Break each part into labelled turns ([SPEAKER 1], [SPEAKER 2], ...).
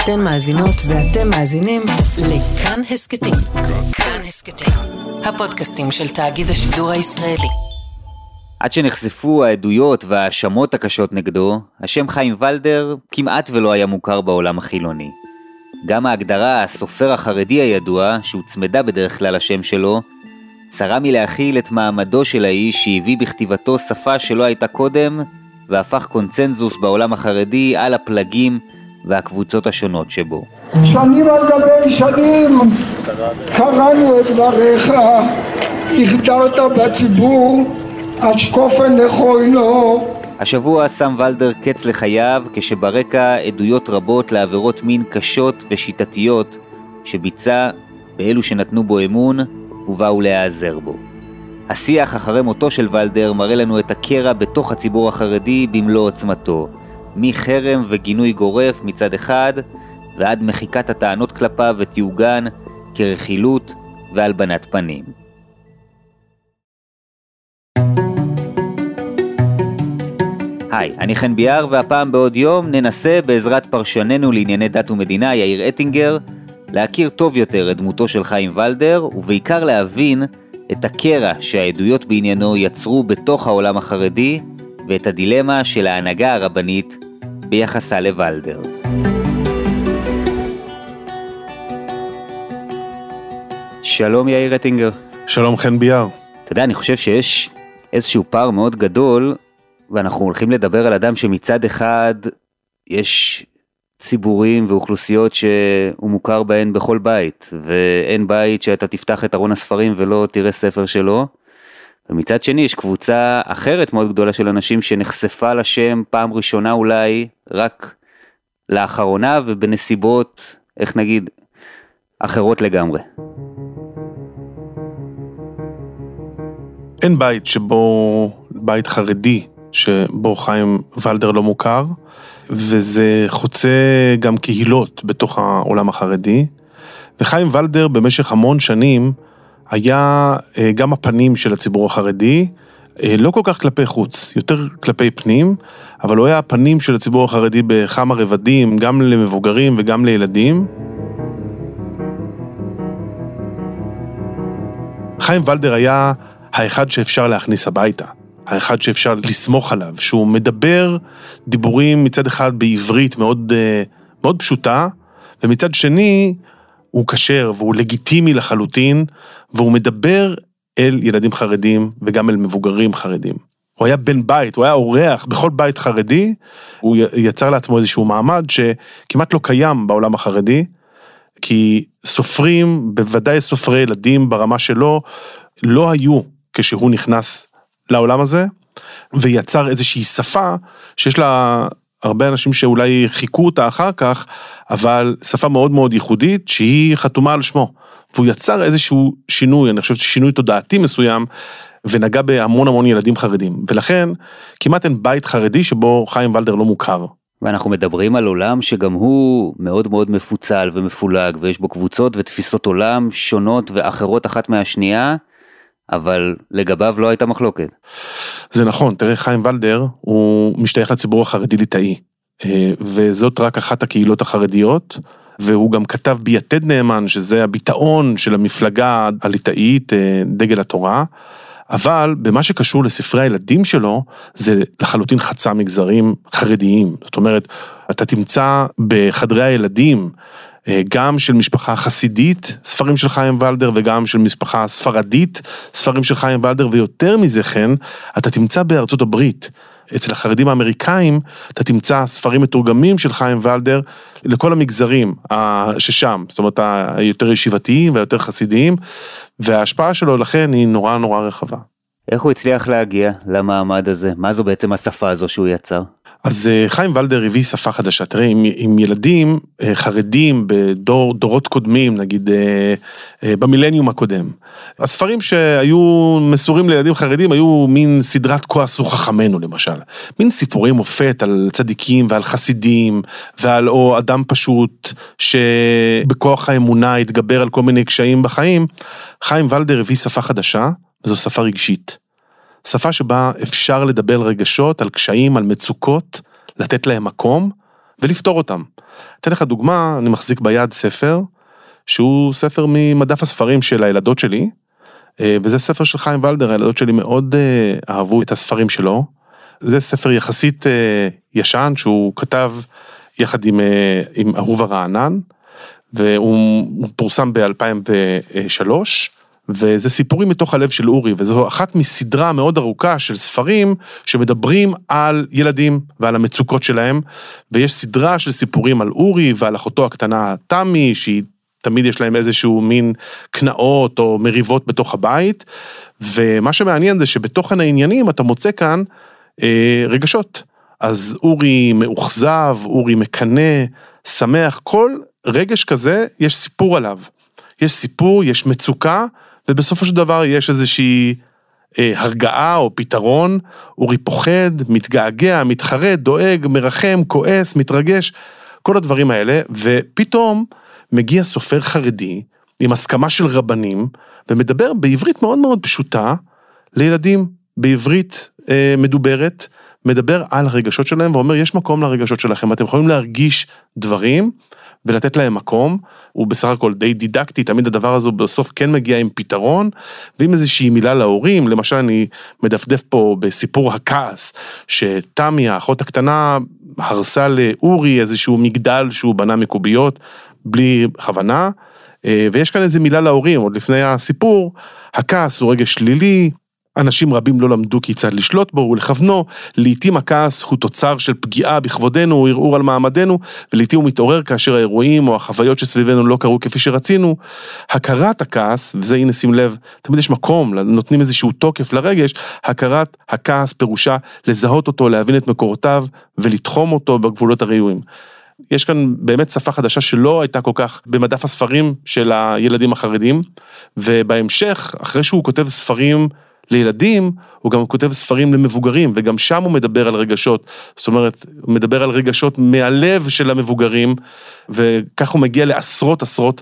[SPEAKER 1] אתן מאזינות ואתם מאזינים לכאן הסקטים. כאן הסקטים, הפודקאסטים של תאגיד השידור הישראלי.
[SPEAKER 2] עד שנחשפו העדויות וההאשמות הקשות נגדו, השם חיים ולדר כמעט ולא היה מוכר בעולם החילוני. גם ההגדרה הסופר החרדי הידוע, שהוצמדה בדרך כלל השם שלו, צרה מלהכיל את מעמדו של האיש שהביא בכתיבתו שפה שלא הייתה קודם, והפך קונצנזוס בעולם החרדי על הפלגים והקבוצות השונות שבו.
[SPEAKER 3] שנים על גבי שנים קראנו את דבריך, הכתרת בציבור, אשקופן לכוינו.
[SPEAKER 2] השבוע שם ולדר קץ לחייו כשברקע עדויות רבות לעבירות מין קשות ושיטתיות שביצע באלו שנתנו בו אמון ובאו להיעזר בו. השיח אחרי מותו של ולדר מראה לנו את הקרע בתוך הציבור החרדי במלוא עוצמתו, מחרם וגינוי גורף מצד אחד, ועד מחיקת הטענות כלפיו ותיוגן כרכילות והלבנת פנים. היי, אני חן ביאר, והפעם בעוד יום ננסה בעזרת פרשננו לענייני דת ומדינה יאיר אטינגר להכיר טוב יותר את דמותו של חיים ולדר, ובעיקר להבין את הקרע שהעדויות בעניינו יצרו בתוך העולם החרדי, ואת הדילמה של ההנהגה הרבנית ביחסה לוולדר. שלום יאיר אטינגר.
[SPEAKER 4] שלום חן ביאר.
[SPEAKER 2] אתה יודע, אני חושב שיש איזשהו פער מאוד גדול, ואנחנו הולכים לדבר על אדם שמצד אחד יש ציבורים ואוכלוסיות שהוא מוכר בהן בכל בית, ואין בית שאתה תפתח את ארון הספרים ולא תראה ספר שלו, ומצד שני יש קבוצה אחרת מאוד גדולה של אנשים שנחשפה לשם פעם ראשונה אולי רק לאחרונה ובנסיבות, איך נגיד, אחרות לגמרי.
[SPEAKER 4] אין בית בית חרדי שבו חיים ולדר לא מוכר, וזה חוצה גם קהילות בתוך העולם החרדי, וחיים ולדר במשך המון שנים היה גם הפנים של הציבור החרדי, לא כל כך כלפי חוץ, יותר כלפי פנים, אבל הוא היה הפנים של הציבור החרדי בכמה רבדים, גם למבוגרים וגם לילדים. חיים ולדר היה האחד שאפשר להכניס הביתה, האחד שאפשר לסמוך עליו, שהוא מדבר דיבורים מצד אחד בעברית מאוד, מאוד פשוטה, ומצד שני הוא קשר והוא לגיטימי לחלוטין, והוא מדבר אל ילדים חרדים וגם אל מבוגרים חרדים. הוא היה בן בית, הוא היה אורח בכל בית חרדי, הוא יצר לעצמו איזשהו מעמד שכמעט לא קיים בעולם החרדי, כי סופרים, בוודאי סופרי ילדים ברמה שלו, לא היו כשהוא נכנס לעולם הזה, ויצר איזושהי שפה שיש לה הרבה אנשים שאולי חיכו אותה אחר כך, אבל שפה מאוד מאוד ייחודית, שהיא חתומה על שמו, והוא יצר איזשהו שינוי, אני חושב שינוי תודעתי מסוים, ונגע בהמון המון ילדים חרדים, ולכן כמעט אין בית חרדי שבו חיים ולדר לא מוכר.
[SPEAKER 2] ואנחנו מדברים על עולם שגם הוא מאוד מאוד מפוצל ומפולג, ויש בו קבוצות ותפיסות עולם שונות ואחרות אחת מהשנייה, אבל לגביו לא הייתה מחלוקת.
[SPEAKER 4] זה נכון, תראה, חיים ולדר הוא משתייך לציבור החרדי ליטאי, וזאת רק אחת הקהילות החרדיות, והוא גם כתב ביתד נאמן, שזה הביטאון של המפלגה הליטאית, דגל התורה, אבל במה שקשור לספרי הילדים שלו, זה לחלוטין חצה מגזרים חרדיים. זאת אומרת, אתה תמצא בחדרי הילדים, גם של משפחה חסידית, ספרים של חיים ולדר, וגם של משפחה ספרדית, ספרים של חיים ולדר, ויותר מזה כן, אתה תמצא בארצות הברית, אצל החרדים האמריקאים, אתה תמצא ספרים מתורגמים של חיים ולדר, לכל המגזרים ששם, זאת אומרת, היותר ישיבתיים והיותר חסידיים, וההשפעה שלו לכן היא נורא נורא רחבה.
[SPEAKER 2] איך הוא הצליח להגיע למעמד הזה? מה זו בעצם השפה הזו שהוא יצר?
[SPEAKER 4] אז חיים ולדר הביא שפה חדשה, תראה, עם ילדים חרדים בדורות קודמים, נגיד במילניום הקודם, הספרים שהיו מסורים לילדים חרדים, היו מין סדרת כה עשו חכמנו למשל, מין סיפורי מופת על צדיקים ועל חסידים, ועל או אדם פשוט שבכוח האמונה התגבר על כל מיני קשיים בחיים. חיים ולדר הביא שפה חדשה, וזו שפה רגשית. שפה שבה אפשר לדבר רגשות על קשיים, על מצוקות, לתת להם מקום, ולפתור אותם. אתן לך דוגמה, אני מחזיק ביד ספר, שהוא ספר ממדף הספרים של הילדות שלי, וזה ספר של חיים ולדר, הילדות שלי מאוד אהבו את הספרים שלו, זה ספר יחסית ישן, שהוא כתב יחד עם אהובה רענן, והוא פורסם ב-2003, וזה סיפורים מתוך הלב של אורי, וזו אחת מסדרה מאוד ארוכה של ספרים, שמדברים על ילדים ועל המצוקות שלהם, ויש סדרה של סיפורים על אורי, ועל אחותו הקטנה תמי, שהיא תמיד יש להם איזשהו מין קנאות, או מריבות בתוך הבית, ומה שמעניין זה שבתוכן העניינים, אתה מוצא כאן רגשות, אז אורי מאוכזב, אורי מקנה, שמח, כל רגש כזה, יש סיפור עליו, יש סיפור, יש מצוקה, ובסופו של דבר יש איזושהי הרגעה או פתרון, אורי פוחד, מתגעגע, מתחרט, דואג, מרחם, כועס, מתרגש, כל הדברים האלה, ופתאום מגיע סופר חרדי, עם הסכמה של רבנים, ומדבר בעברית מאוד מאוד פשוטה, לילדים, בעברית מדוברת, מדבר על הרגשות שלהם, ואומר, יש מקום לרגשות שלכם, אתם יכולים להרגיש דברים, ולתת להם מקום, הוא בסך הכל די דידקטי, תמיד הדבר הזה בסוף כן מגיע עם פתרון, ועם איזושהי מילה להורים, למשל אני מדפדף פה בסיפור הכעס, שתמי, האחות הקטנה, הרסה לאורי איזשהו מגדל שהוא בנה מקוביות, בלי כוונה, ויש כאן איזו מילה להורים, עוד לפני הסיפור, הכעס הוא רגש שלילי, אנשים רבים לא למדו כיצד לשלוט בו ולכוונו, לעתים הכעס הוא תוצר של פגיעה בכבודנו, הוא ערעור על מעמדנו, ולעתים הוא מתעורר כאשר האירועים או החוויות שסביבנו לא קרו כפי שרצינו. הכרת הכעס, וזה הנה שים לב, תמיד יש מקום, נותנים איזשהו תוקף לרגש, הכרת הכעס פירושה לזהות אותו, להבין את מקורותיו ולתחום אותו בגבולות הראויים. יש כאן באמת שפה חדשה שלא הייתה כל כך במדף הספרים של הילדים החרדים, ובהמשך, אחרי שהוא כותב ספרים לילדים, הוא גם כותב ספרים למבוגרים, וגם שם הוא מדבר על רגשות, זאת אומרת, הוא מדבר על רגשות מהלב של המבוגרים, וכך הוא מגיע לעשרות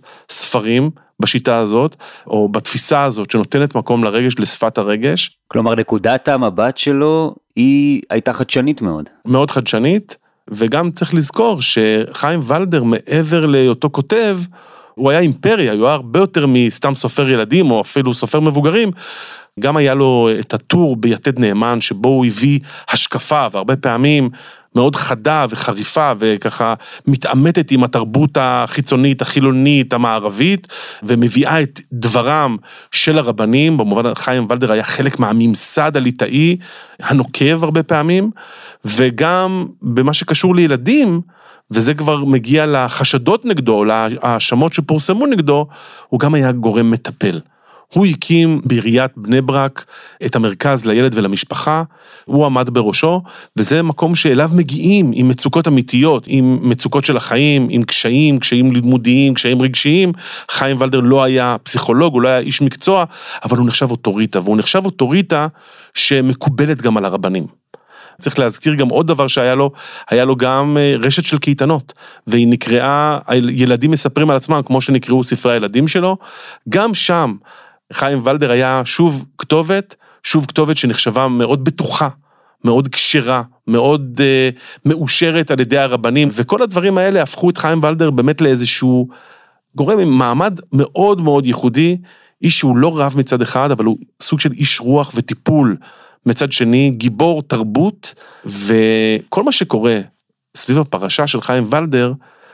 [SPEAKER 4] ספרים בשיטה הזאת, או בתפיסה הזאת, שנותנת מקום לרגש, לשפת הרגש.
[SPEAKER 2] כלומר, נקודת המבט שלו, היא הייתה חדשנית מאוד.
[SPEAKER 4] מאוד חדשנית, וגם צריך לזכור שחיים ולדר מעבר להיותו כותב, הוא היה אימפריה, הוא היה הרבה יותר מסתם סופר ילדים, או אפילו סופר מבוגרים, גם היה לו את הטור ביתד נאמן, שבו הוא הביא השקפה, והרבה פעמים מאוד חדה וחריפה, וככה מתעמתת עם התרבות החיצונית, החילונית, המערבית, ומביאה את דברם של הרבנים, במובן חיים ולדר היה חלק מהממסד הליטאי, הנוקב הרבה פעמים, וגם במה שקשור לילדים, וזה כבר מגיע לחשדות נגדו, להאשמות שפורסמו נגדו, הוא גם היה גורם מטפל. הוא הקים בעיריית בני ברק את המרכז לילד ולמשפחה, הוא עמד בראשו, וזה מקום שאליו מגיעים עם מצוקות אמיתיות, עם מצוקות של החיים, עם קשיים לימודיים, קשיים רגשיים. חיים ולדר לא היה פסיכולוג, הוא לא היה איש מקצוע, אבל הוא נחשב אוטוריטה, והוא נחשב אוטוריטה שמקובלת גם על הרבנים. צריך להזכיר גם עוד דבר שהיה לו, היה לו גם רשת של קייטנות, והיא נקראה, ילדים מספרים על עצמם, כמו שנקראו ספרי הילדים שלו, גם שם, חיים ולדר היה שוב כתובת שנחשבה מאוד בטוחה, מאוד קשרה, מאוד מאושרת על ידי הרבנים, וכל הדברים האלה הפכו את חיים ולדר באמת לאיזשהו גורם עם מעמד מאוד מאוד ייחודי, איש שהוא לא רב מצד אחד, אבל הוא סוג של איש רוח וטיפול, מצד שני, גיבור תרבות, וכל מה שקורה סביב הפרשה של חיים ולדר,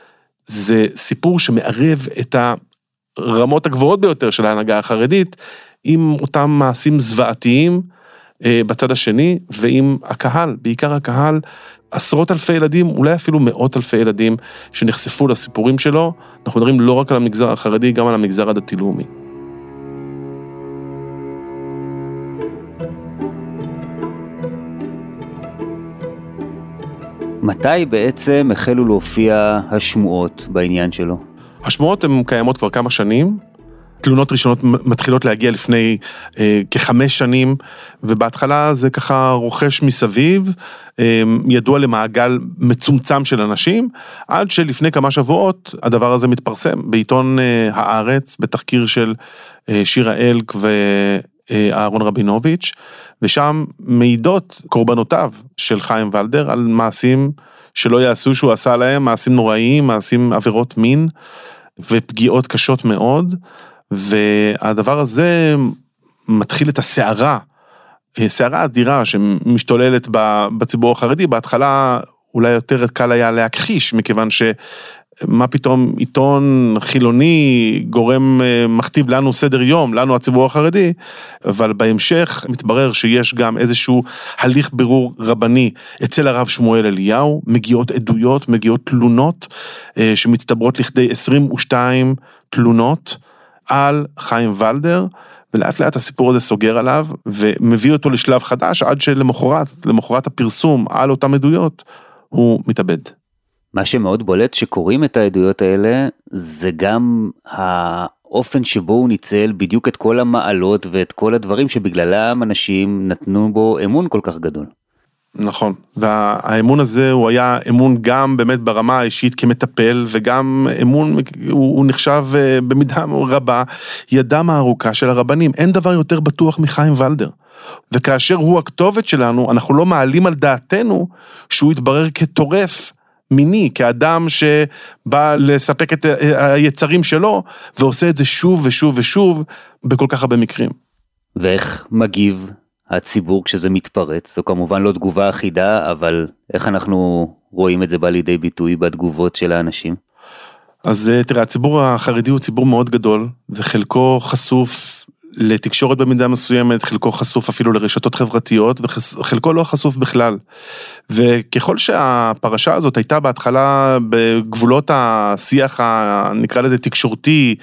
[SPEAKER 4] זה סיפור שמערב את הרמות הגבוהות ביותר של ההנהגה החרדית, עם אותם מעשים זוועתיים בצד השני, ועם הקהל, בעיקר הקהל, עשרות אלפי ילדים, אולי אפילו מאות אלפי ילדים, שנחשפו לסיפורים שלו. אנחנו מדברים לא רק על המגזר החרדי, גם על המגזר הדתי-לאומי.
[SPEAKER 2] מתי בעצם החלו להופיע השמועות בעניין שלו?
[SPEAKER 4] השמועות הן קיימות כבר כמה שנים, תלונות ראשונות מתחילות להגיע לפני כ5 שנים, ובהתחלה זה ככה רוכש מסביב, ידוע למעגל מצומצם של אנשים, עד שלפני כמה שבועות הדבר הזה מתפרסם בעיתון הארץ, בתחקיר של שירה אלק ואהרון רבינוביץ', ושם מעידות קורבנותיו של חיים ולדר על מעשים שלא יעשו שהוא עשה להם, מעשים נוראיים, מעשים עבירות מין, ופגיעות קשות מאוד, והדבר הזה מתחיל את הסערה אדירה שמשתוללת בציבור החרדי, בהתחלה אולי יותר קל היה להכחיש, מכיוון מה פתאום עיתון חילוני גורם מכתיב לנו סדר יום, לנו הציבור החרדי, אבל בהמשך מתברר שיש גם איזשהו הליך בירור רבני אצל הרב שמואל אליהו, מגיעות עדויות, מגיעות תלונות, שמצטברות לכדי 22 תלונות על חיים ולדר, ולאט לאט הסיפור הזה סוגר עליו, ומביא אותו לשלב חדש, עד שלמחרת הפרסום על אותם עדויות, הוא מתאבד.
[SPEAKER 2] מה שמאוד בולט שקוראים את העדויות האלה, זה גם האופן שבו הוא ניצל בדיוק את כל המעלות ואת כל הדברים שבגללם אנשים נתנו בו אמון כל כך גדול.
[SPEAKER 4] נכון, והאמון הזה הוא היה אמון גם באמת ברמה האישית כמטפל, וגם אמון, הוא נחשב במידה רבה, ידם הארוכה של הרבנים. אין דבר יותר בטוח מחיים ולדר. וכאשר הוא הכתובת שלנו, אנחנו לא מעלים על דעתנו שהוא יתברר כטורף מיני, כאדם שבא לספק את היצרים שלו, ועושה את זה שוב ושוב ושוב, בכל כך הרבה מקרים.
[SPEAKER 2] ואיך מגיב הציבור כשזה מתפרץ? זו כמובן לא תגובה אחידה, אבל איך אנחנו רואים את זה בא לידי ביטוי בתגובות של האנשים?
[SPEAKER 4] אז תראה, הציבור החרדי הוא ציבור מאוד גדול, וחלקו חשוף לתקשורת במידה מסוימת, חלקו חשוף אפילו לרשתות חברתיות, וחלקו לא חשוף בכלל. וככל שהפרשה הזאת הייתה בהתחלה בגבולות השיח, נקרא לזה תקשורתי,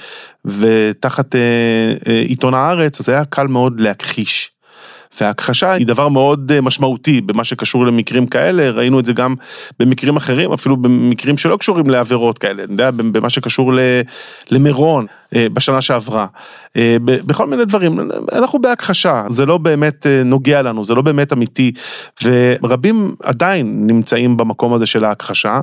[SPEAKER 4] ותחת עיתון הארץ, אז היה קל מאוד להכחיש. וההכחשה היא דבר מאוד משמעותי במה שקשור למקרים כאלה, ראינו את זה גם במקרים אחרים, אפילו במקרים שלא קשורים לעבירות כאלה, במה שקשור למירון בשנה שעברה, בכל מיני דברים, אנחנו בהכחשה, זה לא באמת נוגע לנו, זה לא באמת אמיתי, ורבים עדיין נמצאים במקום הזה של ההכחשה,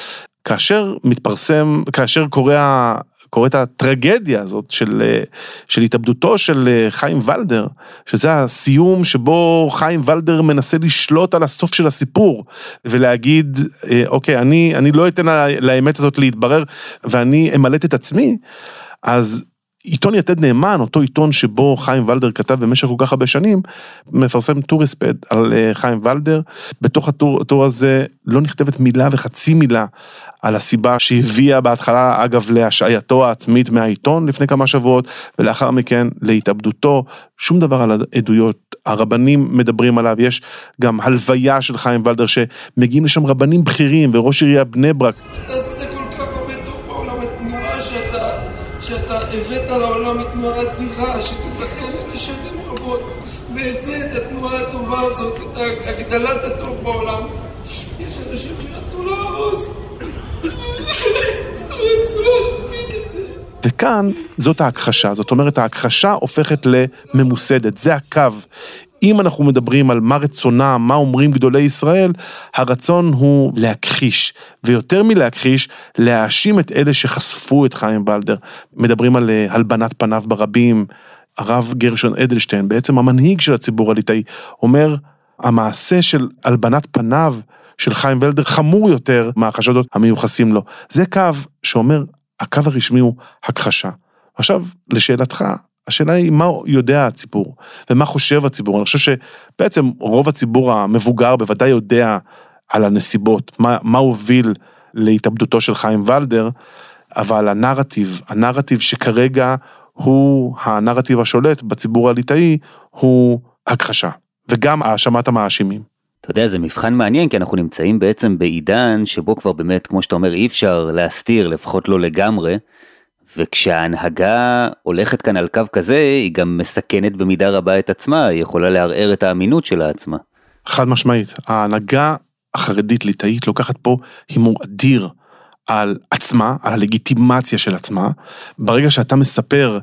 [SPEAKER 4] כאשר קוראת הטרגדיה הזאת של התאבדותו של חיים ולדר, שזה הסיום שבו חיים ולדר מנסה לשלוט על הסוף של הסיפור, ולהגיד, אוקיי, אני לא אתן לאמת הזאת להתברר, ואני אמלט את עצמי, אז עיתון יתד נאמן, אותו עיתון שבו חיים ולדר כתב במשך כל כך הרבה שנים, מפרסם טור הספד על חיים ולדר, בתוך הטור הזה לא נכתבת מילה וחצי מילה, על הסיבה שהביאה בהתחלה, אגב, להשעייתו העצמית מהעיתון לפני כמה שבועות, ולאחר מכן להתאבדותו, שום דבר על העדויות, הרבנים מדברים עליו, יש גם הלוויה של חיים ולדר, שמגיעים לשם רבנים בכירים, וראש עירייה בני ברק.
[SPEAKER 5] אתה עשית כל כך הרבה טוב בעולם, התנועה שאתה הבאת לעולם, היא תנועה אדירה, שתזכר לשנים רבות, ואת זה, את התנועה הטובה הזאת, את הגדלת הטוב בעולם, יש אנשים שרצו להרוס, רצו להשמיד את זה.
[SPEAKER 4] וכאן זאת ההכחשה, זאת אומרת ההכחשה הופכת לממוסדת, זה הקו. אם אנחנו מדברים על מה רצונה, מה אומרים גדולי ישראל, הרצון הוא להכחיש, ויותר מלהכחיש, להאשים את אלה שחשפו את חיים ולדר. מדברים על הלבנת פניו ברבים, הרב גרשון אדלשטיין, בעצם המנהיג של הציבור הליטאי, אומר, המעשה של הלבנת פניו של חיים ולדר חמור יותר מהחשדות המיוחסים לו. זה קו שאומר, הקו הרשמי הוא הכחשה. עכשיו, לשאלתך, השאלה היא מה יודע הציבור, ומה חושב הציבור. אני חושב שבעצם רוב הציבור המבוגר בוודאי יודע על הנסיבות, מה הוביל להתאבדותו של חיים ולדר, אבל הנרטיב שכרגע הוא הנרטיב השולט בציבור הליטאי, הוא הכחשה, וגם האשמת המאשימים.
[SPEAKER 2] אתה יודע, זה מבחן מעניין, כי אנחנו נמצאים בעצם בעידן שבו כבר באמת, כמו שאתה אומר, אי אפשר להסתיר, לפחות לא לגמרי, וכשההנהגה הולכת כאן על קו כזה, היא גם מסכנת במידה רבה את עצמה, היא יכולה לערער את האמינות שלה עצמה.
[SPEAKER 4] חד משמעית, ההנהגה החרדית ליטאית לוקחת פה הימור אדיר על עצמה, על הלגיטימציה של עצמה. ברגע שאתה מספר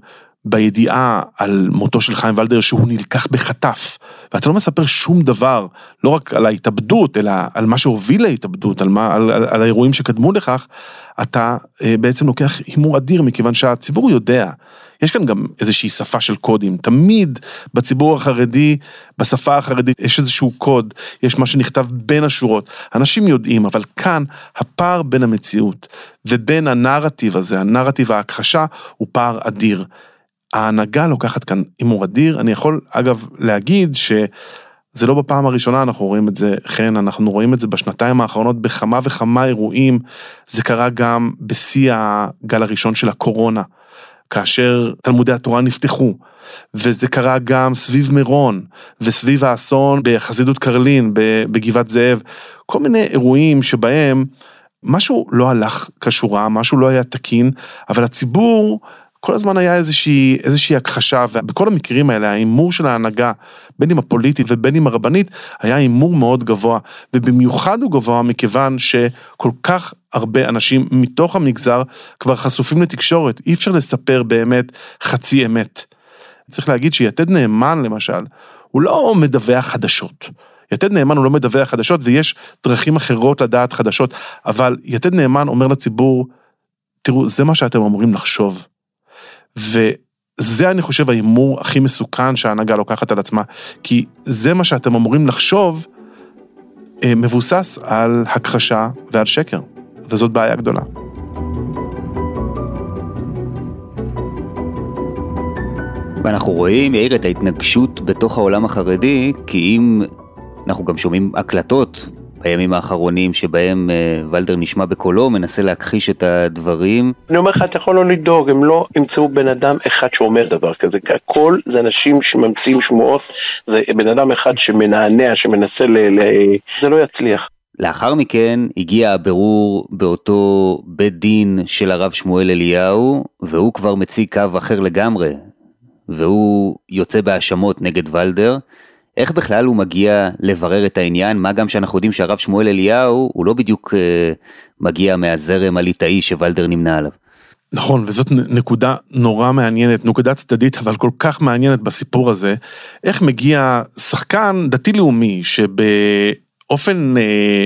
[SPEAKER 4] בידיעה על מותו של חיים ולדר שהוא נלקח בחטף, ואתה לא מספר שום דבר, לא רק על ההתאבדות, אלא על מה שהוביל להתאבדות, על האירועים שקדמו לכך, אתה בעצם לוקח הימור אדיר, מכיוון שהציבור יודע, יש כאן גם איזושהי שפה של קודים, תמיד בציבור החרדי, בשפה החרדית יש איזשהו קוד, יש מה שנכתב בין השורות, אנשים יודעים, אבל כאן הפער בין המציאות, ובין הנרטיב הזה, הנרטיב ההכחשה, הוא פער אדיר. ההנהגה לוקחת כאן הימור אדיר, אני יכול אגב להגיד שזה לא בפעם הראשונה אנחנו רואים את זה, כן, אנחנו רואים את זה בשנתיים האחרונות בכמה וכמה אירועים, זה קרה גם בשיא הגל הראשון של הקורונה, כאשר תלמודי התורה נפתחו, וזה קרה גם סביב מירון, וסביב האסון בחסידות קרלין, בגבעת זאב, כל מיני אירועים שבהם משהו לא הלך כשורה, משהו לא היה תקין, אבל הציבור כל הזמן היה איזושהי הכחשה, ובכל המקרים האלה, האימור של ההנהגה, בין אם הפוליטית ובין אם הרבנית, היה אימור מאוד גבוה, ובמיוחד הוא גבוה מכיוון שכל כך הרבה אנשים מתוך המגזר כבר חשופים לתקשורת, אי אפשר לספר באמת חצי אמת. צריך להגיד שיתד נאמן למשל, הוא לא מדווח חדשות. יתד נאמן הוא לא מדווח חדשות, ויש דרכים אחרות לדעת חדשות, אבל יתד נאמן אומר לציבור, תראו, זה מה שאתם אמורים לחשוב. וזה אני חושב האימור הכי מסוכן שההנהגה לוקחת על עצמה, כי זה מה שאתם אמורים לחשוב, מבוסס על הכחשה ועל שקר, וזאת בעיה גדולה.
[SPEAKER 2] ואנחנו רואים, יאיר, את ההתנגשות בתוך העולם החרדי, כי אם אנחנו גם שומעים הקלטות בימים האחרונים שבהם ולדר נשמע בקולו, מנסה להכחיש את הדברים.
[SPEAKER 6] אני אומר לך, אתה יכול לא לדאוג, הם לא ימצאו בן אדם אחד שאומר דבר כזה, הכל זה אנשים שממציאים שמועות, זה בן אדם אחד שמנענע, שמנסה זה לא יצליח.
[SPEAKER 2] לאחר מכן הגיע הבירור באותו בית דין של הרב שמואל אליהו, והוא כבר מציג קו אחר לגמרי, והוא יוצא בהאשמות נגד ולדר. איך בכלל הוא מגיע לברר את העניין, מה גם שאנחנו יודעים שהרב שמואל אליהו, הוא לא בדיוק מגיע מהזרם הליטאי שוולדר נמנה עליו.
[SPEAKER 4] נכון, וזאת נקודה נורא מעניינת, נקודה צדדית, אבל כל כך מעניינת בסיפור הזה, איך מגיע שחקן דתי-לאומי, שבאופן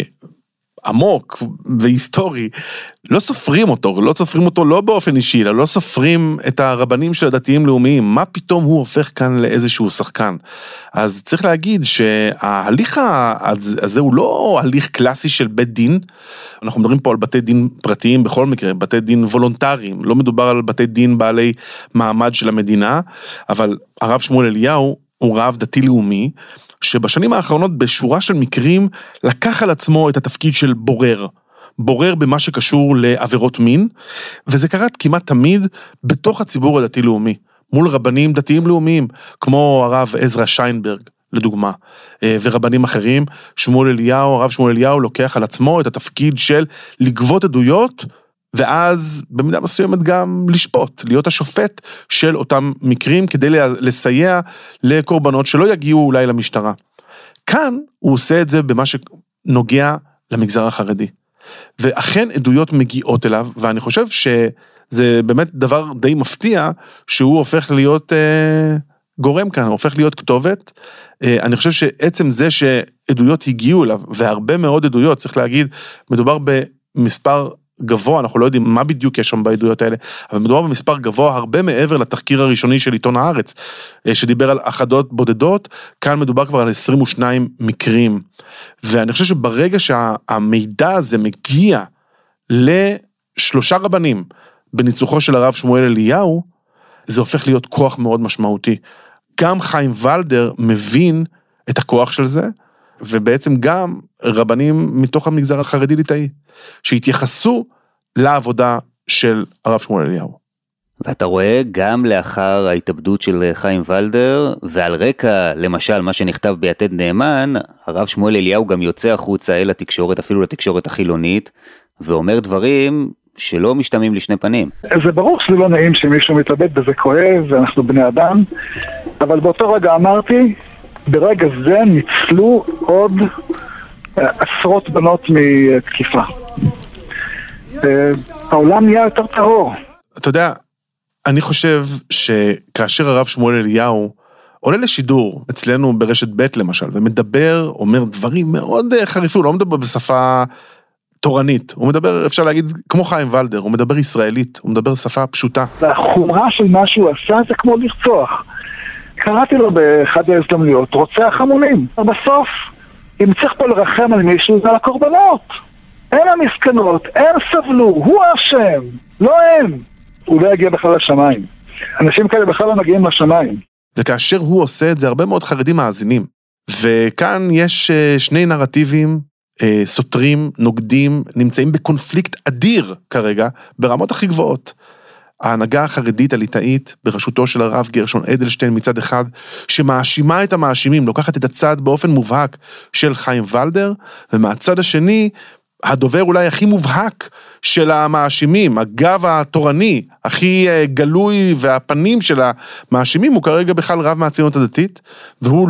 [SPEAKER 4] עמוק והיסטורי, לא סופרים אותו לא באופן אישי, אלא לא סופרים את הרבנים של הדתיים לאומיים, מה פתאום הוא הופך כאן לאיזשהו שחקן. אז צריך להגיד שההליך הזה הוא לא הליך קלאסי של בית דין, אנחנו מדברים פה על בתי דין פרטיים בכל מקרה, בתי דין וולונטריים, לא מדובר על בתי דין בעלי מעמד של המדינה, אבל הרב שמואל אליהו הוא רב דתי לאומי, שבשנים האחרונות בשורה של מקרים לקח על עצמו את התפקיד של בורר במה שקשור לעבירות מין, וזה קרה כמעט תמיד בתוך הציבור הדתי-לאומי, מול רבנים דתיים-לאומיים, כמו הרב עזרא שיינברג, לדוגמה, ורבנים אחרים. הרב שמואל אליהו לוקח על עצמו את התפקיד של לגבות עדויות, ואז במידה מסוימת גם לשפוט, להיות השופט של אותם מקרים, כדי לסייע לקורבנות שלא יגיעו אולי למשטרה. כאן הוא עושה את זה במה שנוגע למגזר החרדי. ואכן עדויות מגיעות אליו, ואני חושב שזה באמת דבר די מפתיע, שהוא הופך להיות גורם כאן, הופך להיות כתובת. אני חושב שעצם זה שעדויות הגיעו אליו, והרבה מאוד עדויות, צריך להגיד, מדובר במספר גבוה, אנחנו לא יודעים מה בדיוק יש שם בעדויות האלה, אבל מדובר במספר גבוה הרבה מעבר לתחקיר הראשוני של עיתון הארץ, שדיבר על אחדות בודדות, כאן מדובר כבר על 22 מקרים, ואני חושב שברגע שהמידע הזה מגיע לשלושה רבנים, בניצוחו של הרב שמואל אליהו, זה הופך להיות כוח מאוד משמעותי. גם חיים ולדר מבין את הכוח של זה, ובעצם גם רבנים מתוך המגזר החרדי ליטאי, שהתייחסו לעבודה של הרב שמואל אליהו.
[SPEAKER 2] ואתה רואה גם לאחר ההתאבדות של חיים ולדר, ועל רקע למשל מה שנכתב ביתד נאמן, הרב שמואל אליהו גם יוצא החוצה אל התקשורת, אפילו לתקשורת החילונית, ואומר דברים שלא משתמעים לשני פנים.
[SPEAKER 7] זה ברור שזה לא נעים שמישהו מתאבד, וזה כואב, ואנחנו בני אדם, אבל באותו רגע אמרתי, ברגע זה ניצלו עוד עשרות בנות מתקיפה. העולם נהיה יותר טהור.
[SPEAKER 4] אתה יודע, אני חושב שכאשר הרב שמואל אליהו עולה לשידור אצלנו ברשת ב' למשל, ומדבר, אומר דברים מאוד חריפים, הוא לא מדבר בשפה תורנית, הוא מדבר, אפשר להגיד, כמו חיים ולדר, הוא מדבר ישראלית, הוא מדבר שפה פשוטה.
[SPEAKER 7] והחומרה של מה שהוא עשה זה כמו לרצוח. קראתי לו באחד ההזדמנויות, רוצח המונים. בסוף, אם צריך פה לרחם על מישהו, זה על הקורבנות. אין המסכנות, הם סבלו, הוא האשם, לא הם. הוא לא יגיע בכלל לשמיים. אנשים כאלה בכלל לא מגיעים לשמיים.
[SPEAKER 4] וכאשר הוא עושה את זה, הרבה מאוד חרדים מאזינים. וכאן יש שני נרטיבים סותרים, נוגדים, נמצאים בקונפליקט אדיר כרגע, ברמות הכי גבוהות. ההנהגה החרדית הליטאית, בראשותו של הרב גרשון אדלשטיין מצד אחד, שמאשימה את המאשימים, לוקחת את הצד באופן מובהק של חיים ולדר, ומהצד השני, הדובר אולי הכי מובהק של המאשימים, הגב התורני, הכי גלוי והפנים של המאשימים, הוא כרגע בכלל רב מהציונות הדתית, והוא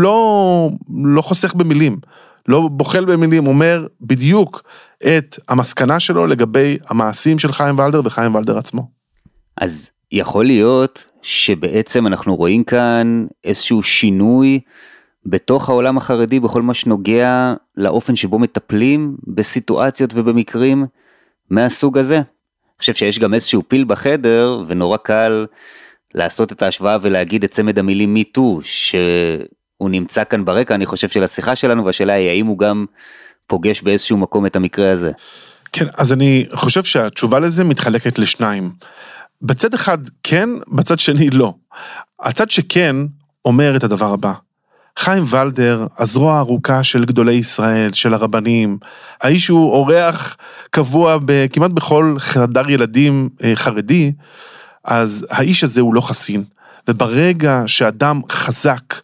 [SPEAKER 4] לא חוסך במילים, לא בוחל במילים, אומר בדיוק את המסקנה שלו לגבי המעשים של חיים ולדר וחיים ולדר עצמו.
[SPEAKER 2] אז יכול להיות שבעצם אנחנו רואים כאן איזשהו שינוי בתוך העולם החרדי בכל מה שנוגע לאופן שבו מטפלים בסיטואציות ובמקרים מהסוג הזה. אני חושב שיש גם איזשהו פיל בחדר, ונורא קל לעשות את ההשוואה ולהגיד את צמד המילים MeToo, שהוא נמצא כאן ברקע, אני חושב, של השיחה שלנו, והשאלה היא האם הוא גם פוגש באיזשהו מקום את המקרה הזה.
[SPEAKER 4] כן, אז אני חושב שהתשובה לזה מתחלקת לשניים. בצד אחד כן, בצד שני לא. הצד שכן אומר את הדבר הבא. חיים ולדר, הזרוע הארוכה של גדולי ישראל, של הרבנים, האיש הוא אורח קבוע כמעט בכל חדר ילדים חרדי, אז האיש הזה הוא לא חסין. וברגע שאדם חזק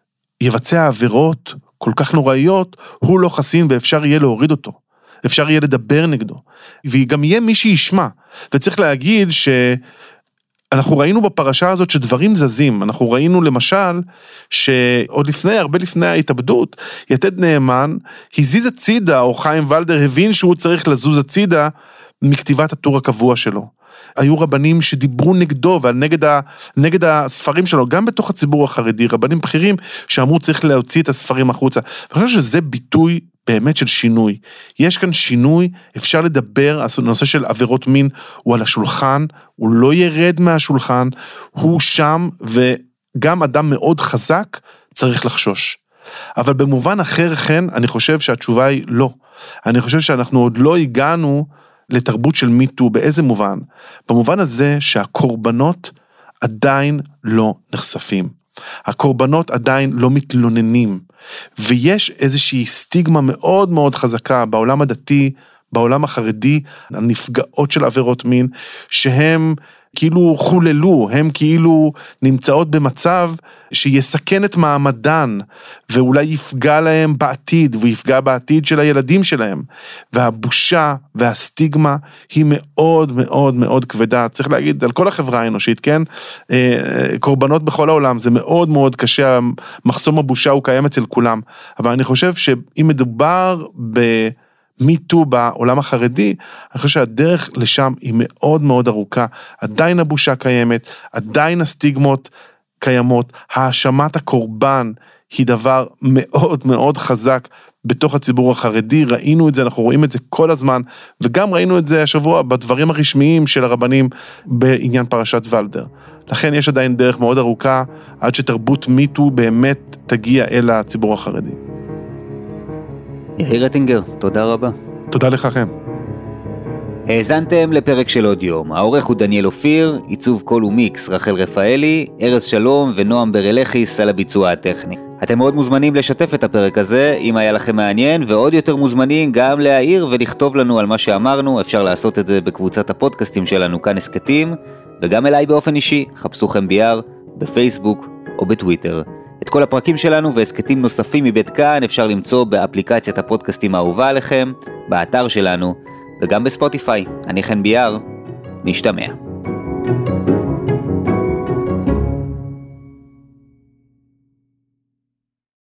[SPEAKER 4] יבצע עבירות כל כך נוראיות, הוא לא חסין ואפשר יהיה להוריד אותו. אפשר יהיה לדבר נגדו. וגם יהיה מי שישמע. וצריך להגיד אנחנו ראינו בפרשה הזאת שדברים זזים, אנחנו ראינו למשל שעוד לפני, הרבה לפני ההתאבדות, יתד נאמן הזיז הצידה, או חיים ולדר הבין שהוא צריך לזוז הצידה מכתיבת הטור הקבוע שלו. היו רבנים שדיברו נגדו נגד הספרים שלו, גם בתוך הציבור החרדי, רבנים בכירים שאמרו צריך להוציא את הספרים החוצה. ואני חושב שזה ביטוי באמת של שינוי. יש כאן שינוי, אפשר לדבר, הנושא של עבירות מין הוא על השולחן, הוא לא ירד מהשולחן, הוא שם, וגם אדם מאוד חזק צריך לחשוש. אבל במובן אחר כן, אני חושב שהתשובה היא לא. אני חושב שאנחנו עוד לא הגענו לתרבות של MeToo, באיזה מובן? במובן הזה שהקורבנות עדיין לא נחשפים. הקורבנות עדיין לא מתלוננים, ויש איזושהי סטיגמה מאוד מאוד חזקה בעולם הדתי, בעולם החרדי, הנפגעות של עבירות מין, שהם כאילו חוללו, הם כאילו נמצאות במצב שיסכן את מעמדן, ואולי יפגע להם בעתיד, ויפגע בעתיד של הילדים שלהם, והבושה והסטיגמה היא מאוד מאוד מאוד כבדה, צריך להגיד על כל החברה האנושית, כן? קורבנות בכל העולם, זה מאוד מאוד קשה, מחסום הבושה הוא קיים אצל כולם, אבל אני חושב שאם מדובר MeToo בעולם החרדי, אני חושב שהדרך לשם היא מאוד מאוד ארוכה, עדיין הבושה קיימת, עדיין הסטיגמות קיימות, האשמת הקורבן היא דבר מאוד מאוד חזק בתוך הציבור החרדי, ראינו את זה, אנחנו רואים את זה כל הזמן, וגם ראינו את זה השבוע בדברים הרשמיים של הרבנים בעניין פרשת ולדר. לכן יש עדיין דרך מאוד ארוכה, עד שתרבות MeToo באמת תגיע אל הציבור החרדי.
[SPEAKER 2] יאיר רטינגר, תודה רבה.
[SPEAKER 4] תודה לכם.
[SPEAKER 2] האזנתם לפרק של עוד יום. העורך הוא דניאל אופיר, עיצוב קול ומיקס רחל רפאלי, ארז שלום ונועם ברלכיס על הביצוע הטכני. אתם מאוד מוזמנים לשתף את הפרק הזה, אם היה לכם מעניין, ועוד יותר מוזמנים גם להעיר ולכתוב לנו על מה שאמרנו. אפשר לעשות את זה בקבוצת הפודקאסטים שלנו כאן הסקטים, וגם אליי באופן אישי, חפשו חמביאר בפייסבוק או בטוויטר. את כל הפרקים שלנו והסקטים נוספים מבית כאן אפשר למצוא באפליקציית הפודקאסטים האהובה עליכם, באתר שלנו וגם בספוטיפיי. אני חן ביאר, נשתמע.